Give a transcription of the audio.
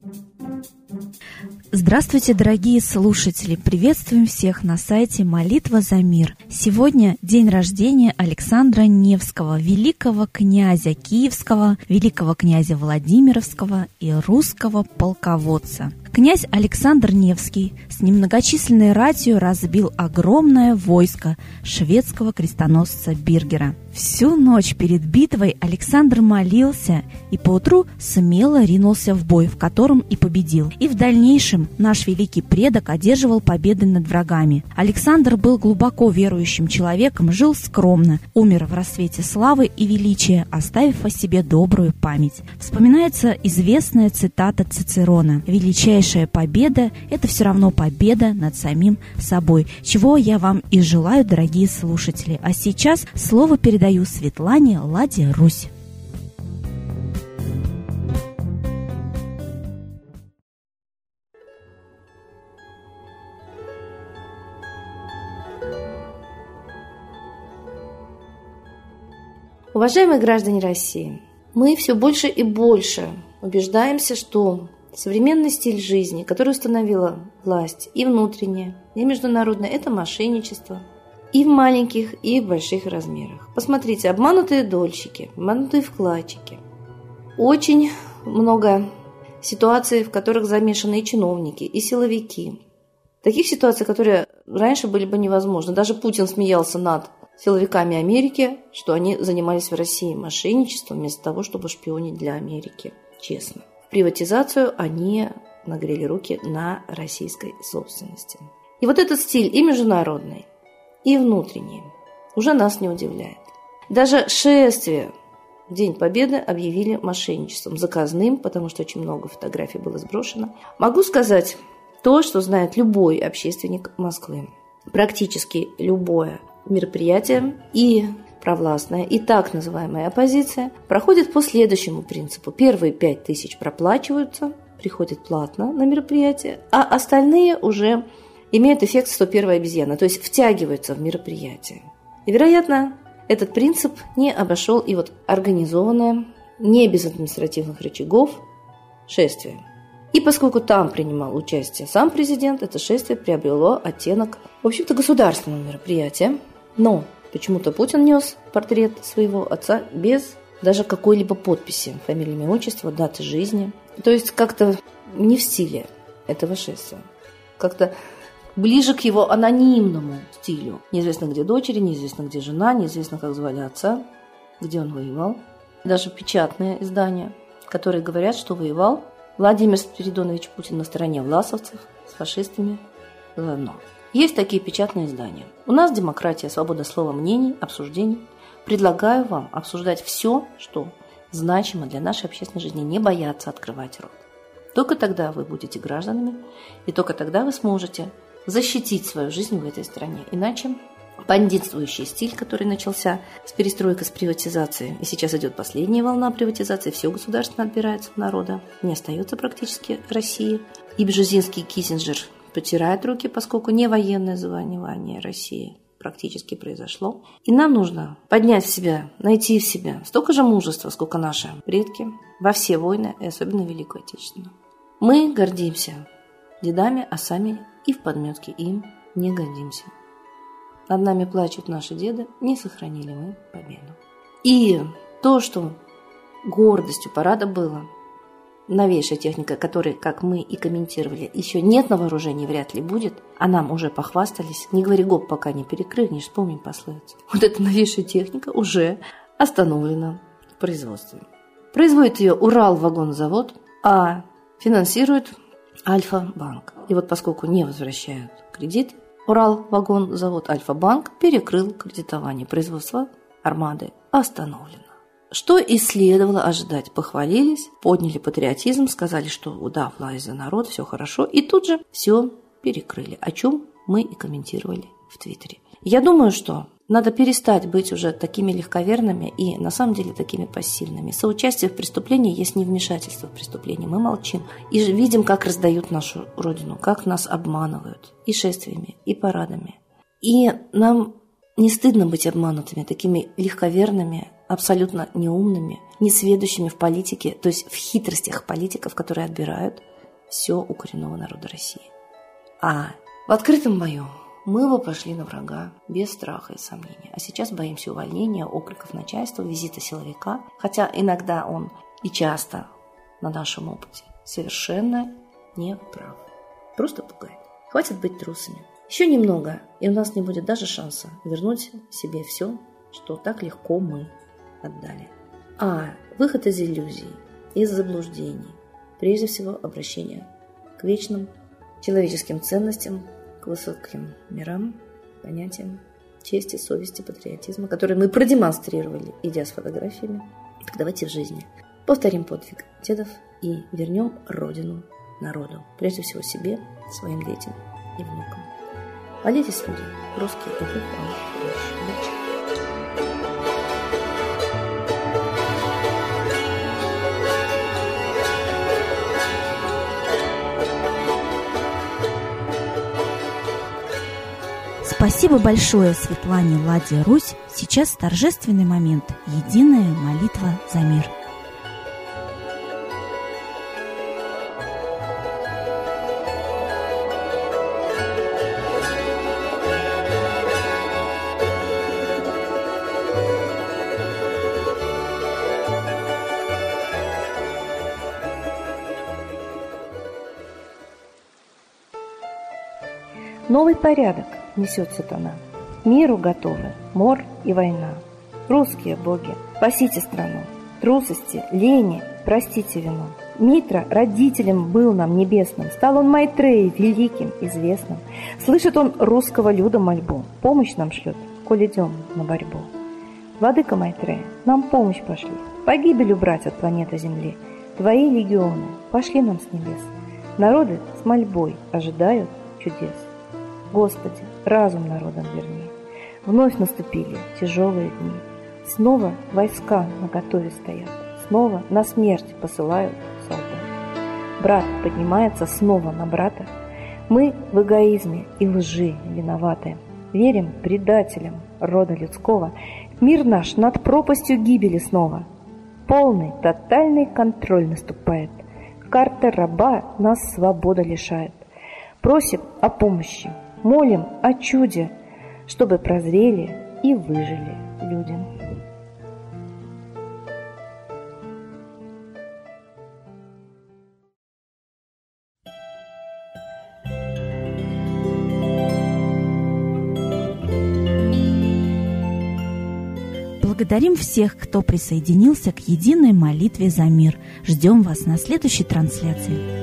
Здравствуйте, дорогие слушатели! Приветствуем всех на сайте «Молитва за мир». Сегодня день рождения Александра Невского, великого князя Киевского, великого князя Владимировского и русского полководца. Князь Александр Невский с немногочисленной ратью разбил огромное войско шведского крестоносца Биргера. Всю ночь перед битвой Александр молился и поутру смело ринулся в бой, в котором и победил. И в дальнейшем наш великий предок одерживал победы над врагами. Александр был глубоко верующим человеком, жил скромно, умер в расцвете славы и величия, оставив о себе добрую память. Вспоминается известная цитата Цицерона: «Величайшая победа – это все равно победа над самим собой», чего я вам и желаю, дорогие слушатели. А сейчас слово передаю Светлане Ладе Русь. Уважаемые граждане России, мы все больше и больше убеждаемся, что современный стиль жизни, который установила власть и внутренняя, и международная, это мошенничество и в маленьких, и в больших размерах. Посмотрите, обманутые дольщики, обманутые вкладчики. Очень много ситуаций, в которых замешаны и чиновники, и силовики. Таких ситуаций, которые раньше были бы невозможны. Даже Путин смеялся над силовиками Америки, что они занимались в России мошенничеством вместо того, чтобы шпионить для Америки. Честно. В приватизацию они нагрели руки на российской собственности. И вот этот стиль и международный, и внутренний уже нас не удивляет. Даже шествие в День Победы объявили мошенничеством, заказным, потому что очень много фотографий было сброшено. Могу сказать то, что знает любой общественник Москвы. Практически любое мероприятие и провластная, и так называемая оппозиция проходит по следующему принципу. Первые 5000 проплачиваются, приходят платно на мероприятие, а остальные уже имеют эффект 101-й обезьяны, то есть втягиваются в мероприятие. И, вероятно, этот принцип не обошел и вот организованное, не без административных рычагов, шествие. И поскольку там принимал участие сам президент, это шествие приобрело оттенок, в общем-то, государственного мероприятия. Но почему-то Путин нес портрет своего отца без даже какой-либо подписи, фамилии, имя, отчество, даты жизни. То есть как-то не в стиле этого шествия. Как-то ближе к его анонимному стилю. Неизвестно, где дочери, неизвестно, где жена, неизвестно, как звали отца, где он воевал. Даже печатные издания, которые говорят, что воевал Владимир Спиридонович Путин на стороне власовцев с фашистами заодно. Есть такие печатные издания. У нас демократия, свобода слова, мнений, обсуждений. Предлагаю вам обсуждать все, что значимо для нашей общественной жизни, не бояться открывать рот. Только тогда вы будете гражданами, и только тогда вы сможете защитить свою жизнь в этой стране. Иначе бандитствующий стиль, который начался с перестройкой, с приватизацией, и сейчас идет последняя волна приватизации, все государство отбирается у народа, не остается практически России. И Бжезинский, и Киссинджер потирают руки, поскольку не военное завоевание России практически произошло. И нам нужно поднять в себя, найти в себя столько же мужества, сколько наши предки во все войны, и особенно Великую Отечественную. Мы гордимся дедами, а сами и в подметке им не годимся. Над нами плачут наши деды, не сохранили мы победу. И то, что гордостью парада было, новейшая техника, которой, как мы и комментировали, еще нет на вооружении, вряд ли будет, а нам уже похвастались. Не говори гоп, пока не перекрыгнешь, вспомним пословицу. Вот эта новейшая техника уже остановлена в производстве. Производит ее Уралвагонзавод, а финансирует Альфа-банк. И вот поскольку не возвращают кредит, Уралвагонзавод Альфа-банк перекрыл кредитование. Производство «Армады» остановлено. Что и следовало ожидать. Похвалились, подняли патриотизм, сказали, что да, власть за народ, все хорошо. И тут же все перекрыли, о чем мы и комментировали в Твиттере. Я думаю, что надо перестать быть уже такими легковерными и на самом деле такими пассивными. Соучастие в преступлении есть невмешательство в преступление. Мы молчим и видим, как раздают нашу родину, как нас обманывают и шествиями, и парадами. И нам не стыдно быть обманутыми, такими легковерными, абсолютно неумными, несведущими в политике, то есть в хитростях политиков, которые отбирают все у коренного народа России. А в открытом бою мы бы пошли на врага без страха и сомнения. А сейчас боимся увольнения, окриков начальства, визита силовика, хотя иногда он и часто на нашем опыте совершенно не прав. Просто пугает. Хватит быть трусами. Еще немного, и у нас не будет даже шанса вернуть себе все, что так легко мы отдали. А выход из иллюзий, из заблуждений, прежде всего обращение к вечным человеческим ценностям, к высоким мирам, понятиям чести, совести, патриотизма, которые мы продемонстрировали, идя с фотографиями. Так давайте в жизни повторим подвиг дедов и вернем Родину народу. Прежде всего себе, своим детям и внукам. Молитесь, люди, русские, и Бог вам удачи. Спасибо большое Светлане Ладе Русь. Сейчас торжественный момент. Единая молитва за мир. Новый порядок несет сатана. Миру готовы мор и война. Русские боги, спасите страну. Трусости, лени, простите вину. Митра родителем был нам небесным, стал он Майтреей великим, известным. Слышит он русского люда мольбу, помощь нам шлет, коль идем на борьбу. Владыка Майтрея, нам помощь пошли, погибель убрать от планеты Земли. Твои легионы пошли нам с небес. Народы с мольбой ожидают чудес. Господи, разум народам верни. Вновь наступили тяжелые дни. Снова войска наготове стоят. Снова на смерть посылают солдат. Брат поднимается снова на брата. Мы в эгоизме и лжи виноваты. Верим предателям рода людского. Мир наш над пропастью гибели снова. Полный, тотальный контроль наступает. Карта раба нас свободы лишает. Просим о помощи. Молим о чуде, чтобы прозрели и выжили люди. Благодарим всех, кто присоединился к единой молитве за мир. Ждем вас на следующей трансляции.